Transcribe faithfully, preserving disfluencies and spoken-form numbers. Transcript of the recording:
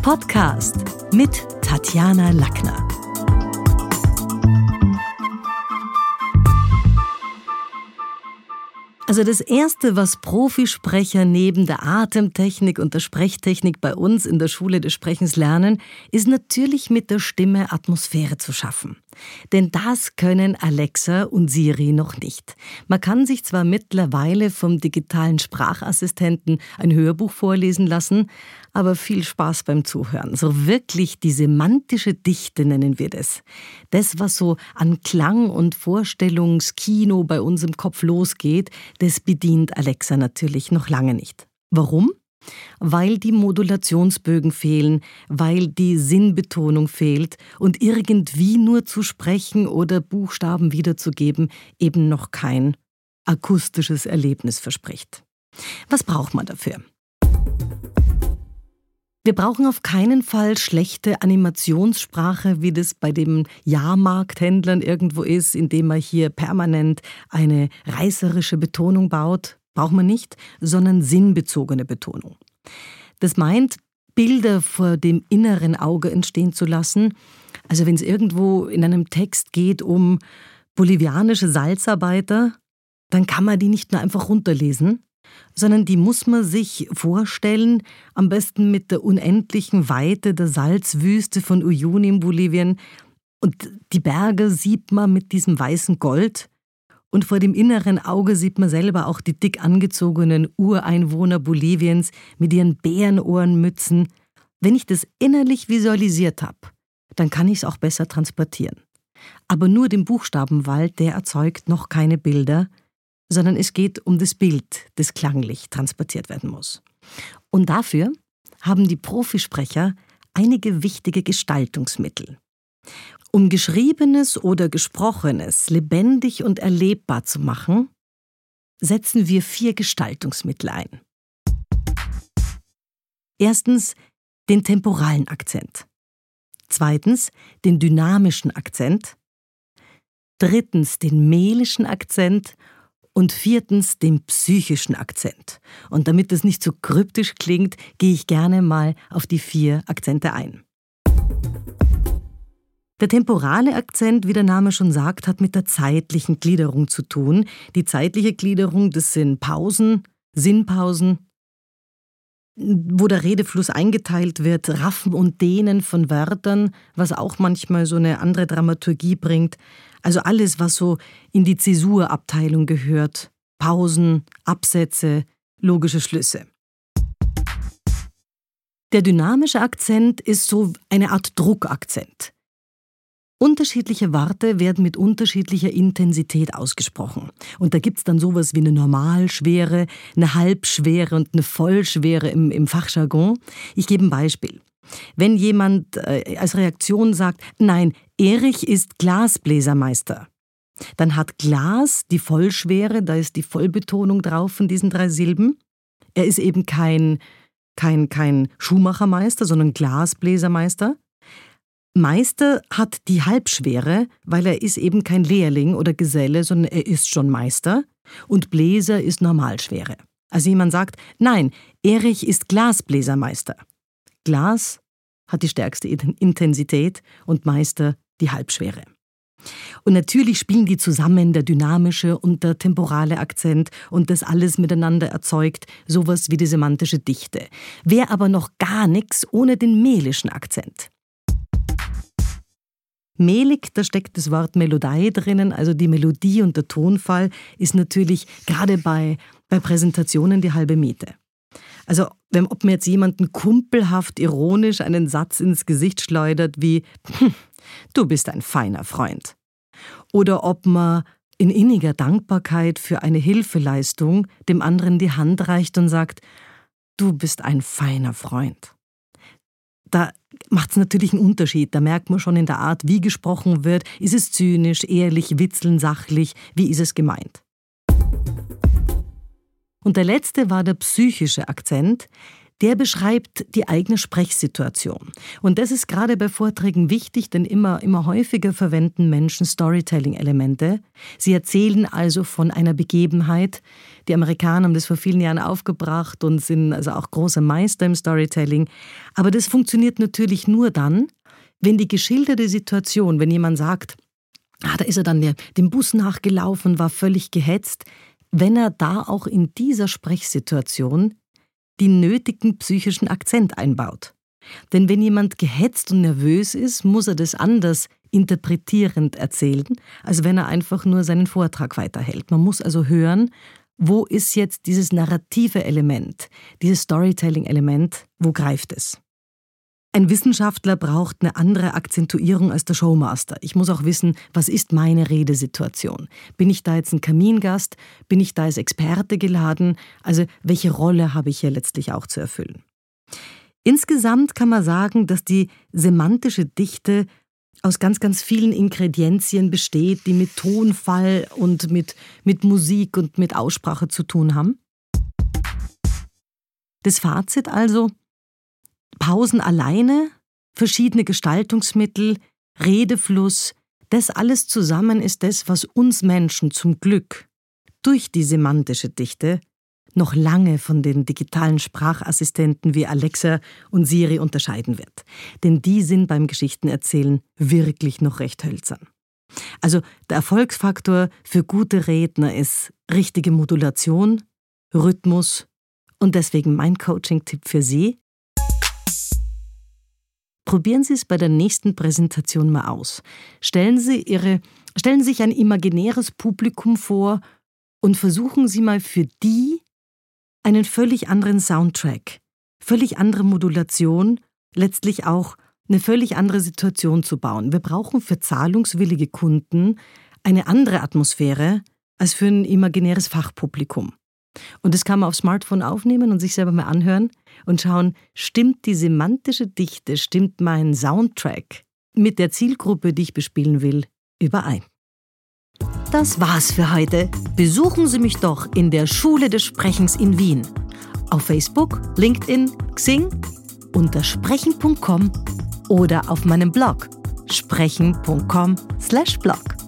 Podcast mit Tatjana Lackner. Also das Erste, was Profisprecher neben der Atemtechnik und der Sprechtechnik bei uns in der Schule des Sprechens lernen, ist natürlich mit der Stimme Atmosphäre zu schaffen. Denn das können Alexa und Siri noch nicht. Man kann sich zwar mittlerweile vom digitalen Sprachassistenten ein Hörbuch vorlesen lassen, aber viel Spaß beim Zuhören. So wirklich die semantische Dichte nennen wir das. Das, was so an Klang- und Vorstellungskino bei uns im Kopf losgeht, das bedient Alexa natürlich noch lange nicht. Warum? Weil die Modulationsbögen fehlen, weil die Sinnbetonung fehlt und irgendwie nur zu sprechen oder Buchstaben wiederzugeben eben noch kein akustisches Erlebnis verspricht. Was braucht man dafür? Wir brauchen auf keinen Fall schlechte Animationssprache, wie das bei den Jahrmarkthändlern irgendwo ist, indem man hier permanent eine reißerische Betonung baut. Braucht man nicht, sondern sinnbezogene Betonung. Das meint, Bilder vor dem inneren Auge entstehen zu lassen. Also wenn es irgendwo in einem Text geht um bolivianische Salzarbeiter, dann kann man die nicht nur einfach runterlesen, sondern die muss man sich vorstellen, am besten mit der unendlichen Weite der Salzwüste von Uyuni in Bolivien. Und die Berge sieht man mit diesem weißen Gold. Und vor dem inneren Auge sieht man selber auch die dick angezogenen Ureinwohner Boliviens mit ihren Bärenohrenmützen. Wenn ich das innerlich visualisiert habe, dann kann ich es auch besser transportieren. Aber nur den Buchstabenwald, der erzeugt noch keine Bilder, sondern es geht um das Bild, das klanglich transportiert werden muss. Und dafür haben die Profisprecher einige wichtige Gestaltungsmittel. Um Geschriebenes oder Gesprochenes lebendig und erlebbar zu machen, setzen wir vier Gestaltungsmittel ein. Erstens den temporalen Akzent. Zweitens den dynamischen Akzent. Drittens den melischen Akzent. Und viertens den psychischen Akzent. Und damit es nicht so kryptisch klingt, gehe ich gerne mal auf die vier Akzente ein. Der temporale Akzent, wie der Name schon sagt, hat mit der zeitlichen Gliederung zu tun. Die zeitliche Gliederung, das sind Pausen, Sinnpausen, wo der Redefluss eingeteilt wird, Raffen und Dehnen von Wörtern, was auch manchmal so eine andere Dramaturgie bringt. Also alles, was so in die Zäsurabteilung gehört. Pausen, Absätze, logische Schlüsse. Der dynamische Akzent ist so eine Art Druckakzent. Unterschiedliche Worte werden mit unterschiedlicher Intensität ausgesprochen. Und da gibt es dann sowas wie eine Normalschwere, eine Halbschwere und eine Vollschwere im, im Fachjargon. Ich gebe ein Beispiel. Wenn jemand äh, als Reaktion sagt, nein, Erich ist Glasbläsermeister, dann hat Glas die Vollschwere, da ist die Vollbetonung drauf von diesen drei Silben. Er ist eben kein, kein, kein Schuhmachermeister, sondern Glasbläsermeister. Meister hat die Halbschwere, weil er ist eben kein Lehrling oder Geselle, sondern er ist schon Meister. Und Bläser ist Normalschwere. Also jemand sagt, nein, Erich ist Glasbläsermeister. Glas hat die stärkste Intensität und Meister die Halbschwere. Und natürlich spielen die zusammen, der dynamische und der temporale Akzent, und das alles miteinander erzeugt sowas wie die semantische Dichte. Wäre aber noch gar nichts ohne den melischen Akzent. Mehlig, da steckt das Wort Melodie drinnen, also die Melodie und der Tonfall ist natürlich gerade bei, bei Präsentationen die halbe Miete. Also, wenn, ob mir jetzt jemanden kumpelhaft ironisch einen Satz ins Gesicht schleudert wie hm, »Du bist ein feiner Freund«. Oder ob man in inniger Dankbarkeit für eine Hilfeleistung dem anderen die Hand reicht und sagt »Du bist ein feiner Freund«. Da macht es natürlich einen Unterschied. Da merkt man schon in der Art, wie gesprochen wird. Ist es zynisch, ehrlich, witzelnd, sachlich? Wie ist es gemeint? Und der letzte war der psychische Akzent. der beschreibt die eigene Sprechsituation. Und das ist gerade bei Vorträgen wichtig, denn immer, immer häufiger verwenden Menschen Storytelling-Elemente. Sie erzählen also von einer Begebenheit. Die Amerikaner haben das vor vielen Jahren aufgebracht und sind also auch große Meister im Storytelling. Aber das funktioniert natürlich nur dann, wenn die geschilderte Situation, wenn jemand sagt, ah, da ist er dann der, dem Bus nachgelaufen, war völlig gehetzt, wenn er da auch in dieser Sprechsituation die nötigen psychischen Akzent einbaut. Denn wenn jemand gehetzt und nervös ist, muss er das anders interpretierend erzählen, als wenn er einfach nur seinen Vortrag weiterhält. Man muss also hören, wo ist jetzt dieses narrative Element, dieses Storytelling-Element, wo greift es? Ein Wissenschaftler braucht eine andere Akzentuierung als der Showmaster. Ich muss auch wissen, was ist meine Redesituation? Bin ich da jetzt ein Kamingast? Bin ich da als Experte geladen? Also welche Rolle habe ich hier letztlich auch zu erfüllen? Insgesamt kann man sagen, dass die semantische Dichte aus ganz, ganz vielen Ingredienzien besteht, die mit Tonfall und mit, mit Musik und mit Aussprache zu tun haben. Das Fazit also: Pausen alleine, verschiedene Gestaltungsmittel, Redefluss, das alles zusammen ist das, was uns Menschen zum Glück durch die semantische Dichte noch lange von den digitalen Sprachassistenten wie Alexa und Siri unterscheiden wird. Denn die sind beim Geschichtenerzählen wirklich noch recht hölzern. Also der Erfolgsfaktor für gute Redner ist richtige Modulation, Rhythmus und deswegen mein Coaching-Tipp für Sie: Probieren Sie es bei der nächsten Präsentation mal aus. Stellen Sie, Ihre, stellen Sie sich ein imaginäres Publikum vor und versuchen Sie mal für die einen völlig anderen Soundtrack, völlig andere Modulation, letztlich auch eine völlig andere Situation zu bauen. Wir brauchen für zahlungswillige Kunden eine andere Atmosphäre als für ein imaginäres Fachpublikum. Und das kann man aufs Smartphone aufnehmen und sich selber mal anhören und schauen, stimmt die semantische Dichte, stimmt mein Soundtrack mit der Zielgruppe, die ich bespielen will, überein. Das war's für heute. Besuchen Sie mich doch in der Schule des Sprechens in Wien. Auf Facebook, LinkedIn, Xing, unter sprechen punkt com oder auf meinem Blog sprechen punkt com slash blog.